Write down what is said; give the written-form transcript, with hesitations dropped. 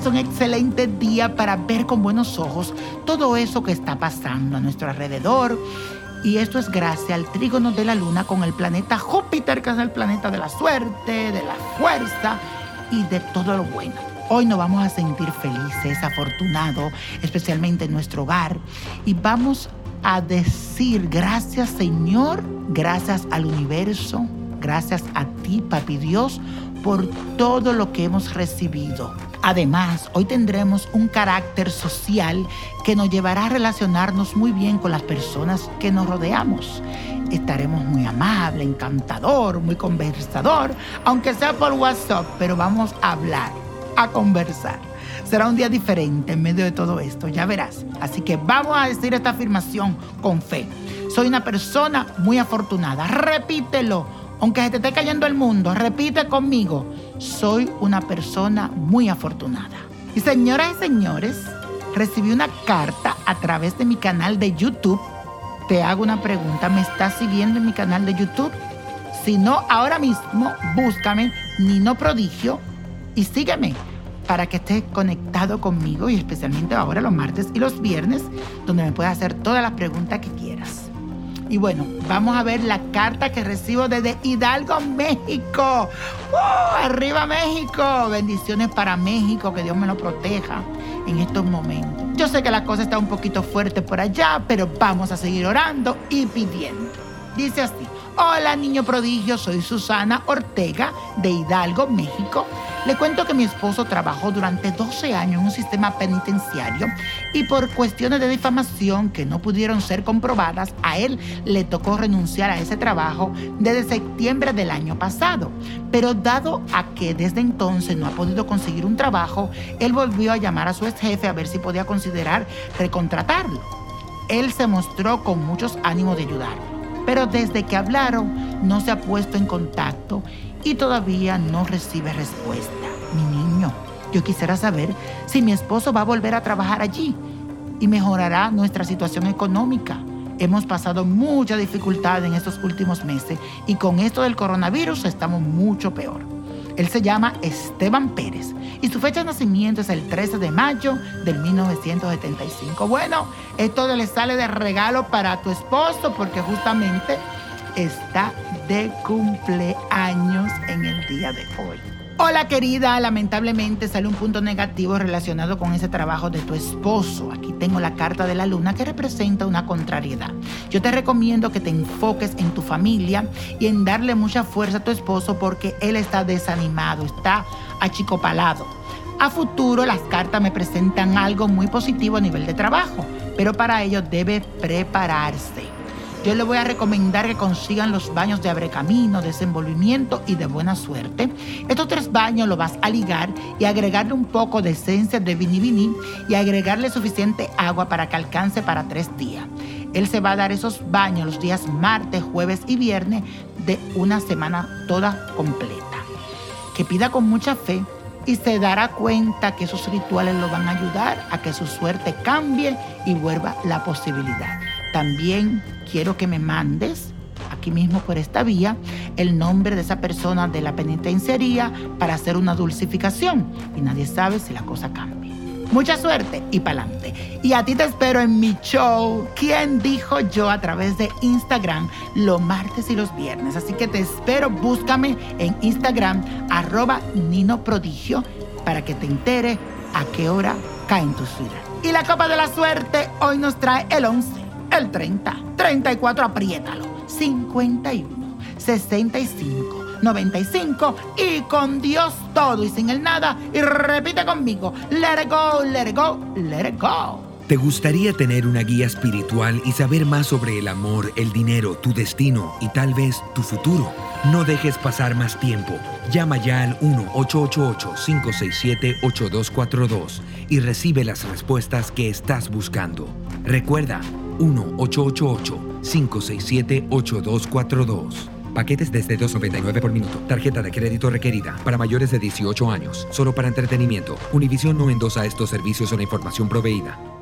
es un excelente día para ver con buenos ojos todo eso que está pasando a nuestro alrededor. Y esto es gracias al trígono de la luna con el planeta Júpiter, que es el planeta de la suerte, de la fuerza y de todo lo bueno. Hoy nos vamos a sentir felices, afortunados, especialmente en nuestro hogar. Y vamos a decir gracias, Señor, gracias al universo, gracias a ti, Papi Dios, por todo lo que hemos recibido. Además, hoy tendremos un carácter social que nos llevará a relacionarnos muy bien con las personas que nos rodeamos. Estaremos muy amable, encantador, muy conversador, aunque sea por WhatsApp, pero vamos a hablar, a conversar. Será un día diferente en medio de todo esto, ya verás. Así que vamos a decir esta afirmación con fe. Soy una persona muy afortunada. Repítelo. Aunque se te esté cayendo el mundo, repite conmigo. Soy una persona muy afortunada. Y señoras y señores, recibí una carta a través de mi canal de YouTube. Te hago una pregunta. ¿Me estás siguiendo en mi canal de YouTube? Si no, ahora mismo búscame Nino Prodigio y sígueme para que estés conectado conmigo y especialmente ahora los martes y los viernes, donde me puedas hacer todas las preguntas que quieras. Y bueno, vamos a ver la carta que recibo desde Hidalgo, México. ¡Arriba México! Bendiciones para México, que Dios me lo proteja en estos momentos. Yo sé que la cosa está un poquito fuerte por allá, pero vamos a seguir orando y pidiendo. Dice así: hola niño prodigio, soy Susana Ortega de Hidalgo, México. Le cuento que mi esposo trabajó durante 12 años en un sistema penitenciario y por cuestiones de difamación que no pudieron ser comprobadas, a él le tocó renunciar a ese trabajo desde septiembre del año pasado. Pero dado a que desde entonces no ha podido conseguir un trabajo, él volvió a llamar a su ex jefe a ver si podía considerar recontratarlo. Él se mostró con muchos ánimos de ayudarlo, pero desde que hablaron no se ha puesto en contacto y todavía no recibe respuesta. Mi niño, yo quisiera saber si mi esposo va a volver a trabajar allí y mejorará nuestra situación económica. Hemos pasado mucha dificultad en estos últimos meses y con esto del coronavirus estamos mucho peor. Él se llama Esteban Pérez y su fecha de nacimiento es el 13 de mayo del 1975. Bueno, esto le sale de regalo para tu esposo porque justamente está de cumpleaños en el día de hoy. Hola querida, lamentablemente sale un punto negativo relacionado con ese trabajo de tu esposo. Aquí tengo la carta de la luna que representa una contrariedad. Yo te recomiendo que te enfoques en tu familia y en darle mucha fuerza a tu esposo porque él está desanimado, está achicopalado. A futuro las cartas me presentan algo muy positivo a nivel de trabajo, pero para ello debe prepararse. Yo le voy a recomendar que consigan los baños de abrecamino, desenvolvimiento y de buena suerte. Estos 3 baños los vas a ligar y agregarle un poco de esencia de vini y agregarle suficiente agua para que alcance para 3 días. Él se va a dar esos baños los días martes, jueves y viernes de una semana toda completa. Que pida con mucha fe y se dará cuenta que esos rituales lo van a ayudar a que su suerte cambie y vuelva la posibilidad. También quiero que me mandes, aquí mismo por esta vía, el nombre de esa persona de la penitenciaría para hacer una dulcificación. Y nadie sabe si la cosa cambia. Mucha suerte y pa'lante. Y a ti te espero en mi show, ¿Quién dijo yo?, a través de Instagram, los martes y los viernes. Así que te espero, búscame en Instagram, @NinoProdigio, para que te entere a qué hora cae en tu ciudad. Y la copa de la suerte hoy nos trae el 11, el 30, 34, apriétalo, 51, 65, 95 y con Dios todo y sin el nada. Y repite conmigo: let it go, let it go, let it go. ¿Te gustaría tener una guía espiritual y saber más sobre el amor, el dinero, tu destino y tal vez tu futuro? No dejes pasar más tiempo. Llama ya al 1-888-567-8242 y recibe las respuestas que estás buscando. Recuerda, 1-888-567-8242. Paquetes desde $2.99 por minuto. Tarjeta de crédito requerida para mayores de 18 años. Solo para entretenimiento. Univision no endosa estos servicios o la información proveída.